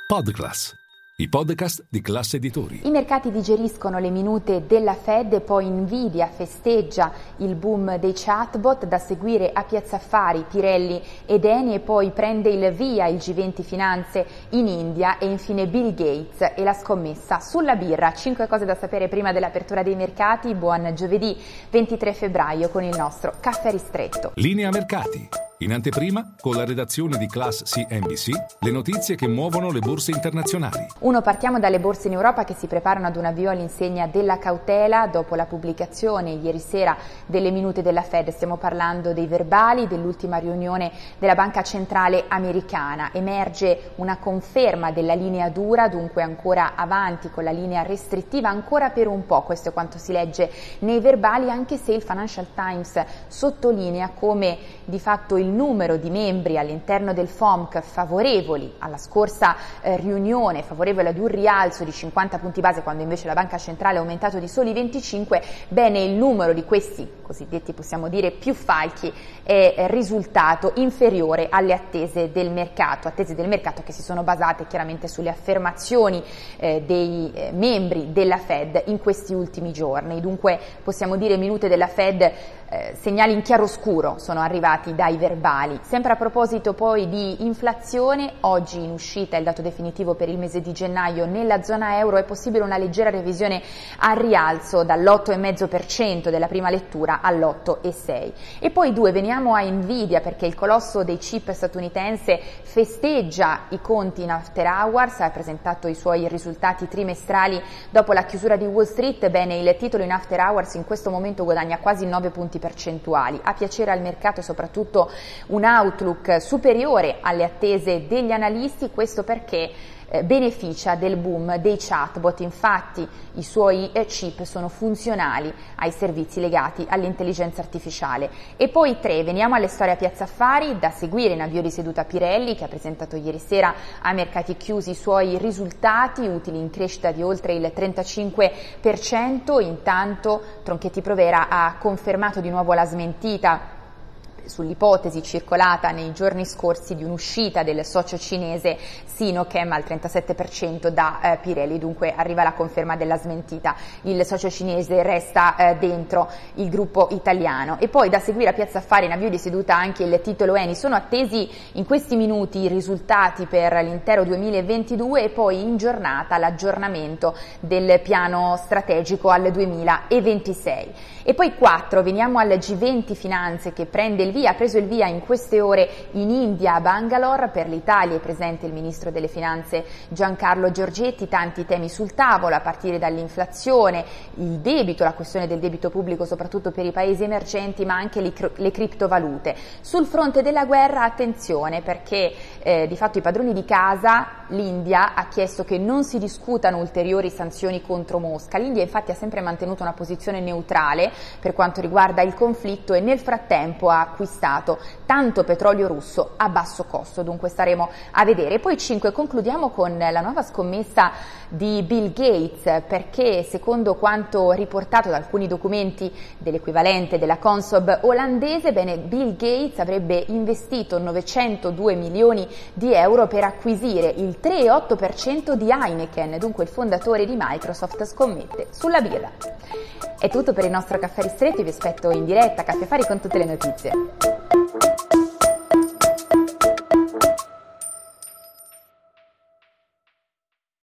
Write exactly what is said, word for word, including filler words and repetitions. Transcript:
Podclass, i podcast di Class Editori. I mercati digeriscono le minute della Fed e poi Nvidia festeggia il boom dei chatbot, da seguire a Piazza Affari, Pirelli ed Eni, e poi prende il via il G venti Finanze in India, e infine Bill Gates e la scommessa sulla birra. Cinque cose da sapere prima dell'apertura dei mercati. Buon giovedì ventitré febbraio con il nostro caffè ristretto. Linea mercati. In anteprima, con la redazione di Class C N B C, le notizie che muovono le borse internazionali. Uno, partiamo dalle borse in Europa che si preparano ad un avvio all'insegna della cautela dopo la pubblicazione ieri sera delle minute della Fed. Stiamo parlando dei verbali dell'ultima riunione della Banca Centrale Americana. Emerge una conferma della linea dura, dunque ancora avanti con la linea restrittiva ancora per un po'. Questo è quanto si legge nei verbali, anche se il Financial Times sottolinea come di fatto il il numero di membri all'interno del F O M C favorevoli alla scorsa eh, riunione, favorevole ad un rialzo di cinquanta punti base, quando invece la Banca Centrale ha aumentato di soli venticinque, bene, il numero di questi cosiddetti, possiamo dire, più falchi è eh, risultato inferiore alle attese del mercato, attese del mercato che si sono basate chiaramente sulle affermazioni eh, dei eh, membri della Fed in questi ultimi giorni. Dunque possiamo dire minute della Fed, eh, segnali in chiaroscuro sono arrivati dai verbali. Sempre a proposito poi di inflazione, oggi in uscita il dato definitivo per il mese di gennaio nella zona euro. È possibile una leggera revisione al rialzo dall'otto virgola cinque per cento della prima lettura all'otto virgola sei per cento. E poi due, veniamo a Nvidia, perché il colosso dei chip statunitense festeggia i conti in after hours, ha presentato i suoi risultati trimestrali dopo la chiusura di Wall Street. Bene, il titolo in after hours in questo momento guadagna quasi nove punti percentuali. A piacere al mercato soprattutto un outlook superiore alle attese degli analisti, questo perché eh, beneficia del boom dei chatbot. Infatti i suoi eh, chip sono funzionali ai servizi legati all'intelligenza artificiale. E poi tre, veniamo alle storie a Piazza Affari, da seguire in avvio di seduta Pirelli, che ha presentato ieri sera a mercati chiusi i suoi risultati, utili in crescita di oltre il trentacinque per cento. Intanto Tronchetti Provera ha confermato di nuovo la smentita sull'ipotesi circolata nei giorni scorsi di un'uscita del socio cinese Sinochem al trentasette per cento da eh, Pirelli. Dunque arriva la conferma della smentita, il socio cinese resta eh, dentro il gruppo italiano. E poi da seguire a Piazza Affari in avvio di seduta anche il titolo Eni. Sono attesi in questi minuti i risultati per l'intero duemilaventidue e poi in giornata l'aggiornamento del piano strategico al duemilaventisei. E poi quattro, veniamo al G venti Finanze, che prende il via, ha preso il via in queste ore in India, a Bangalore. Per l'Italia è presente il ministro delle Finanze Giancarlo Giorgetti. Tanti temi sul tavolo, a partire dall'inflazione, il debito, la questione del debito pubblico soprattutto per i paesi emergenti, ma anche le, le criptovalute. Sul fronte della guerra attenzione, perché eh, di fatto i padroni di casa, l'India, ha chiesto che non si discutano ulteriori sanzioni contro Mosca. L'India infatti ha sempre mantenuto una posizione neutrale per quanto riguarda il conflitto e nel frattempo ha acquistato tanto petrolio russo a basso costo. Dunque staremo a vedere. Poi cinque, concludiamo con la nuova scommessa di Bill Gates, perché secondo quanto riportato da alcuni documenti dell'equivalente della Consob olandese, bene, Bill Gates avrebbe investito novecentodue milioni di euro per acquisire il tre virgola otto per cento di Heineken. Dunque il fondatore di Microsoft scommette sulla birra. È tutto per il nostro caffè ristretto, vi aspetto in diretta a Caffè Affari con tutte le notizie.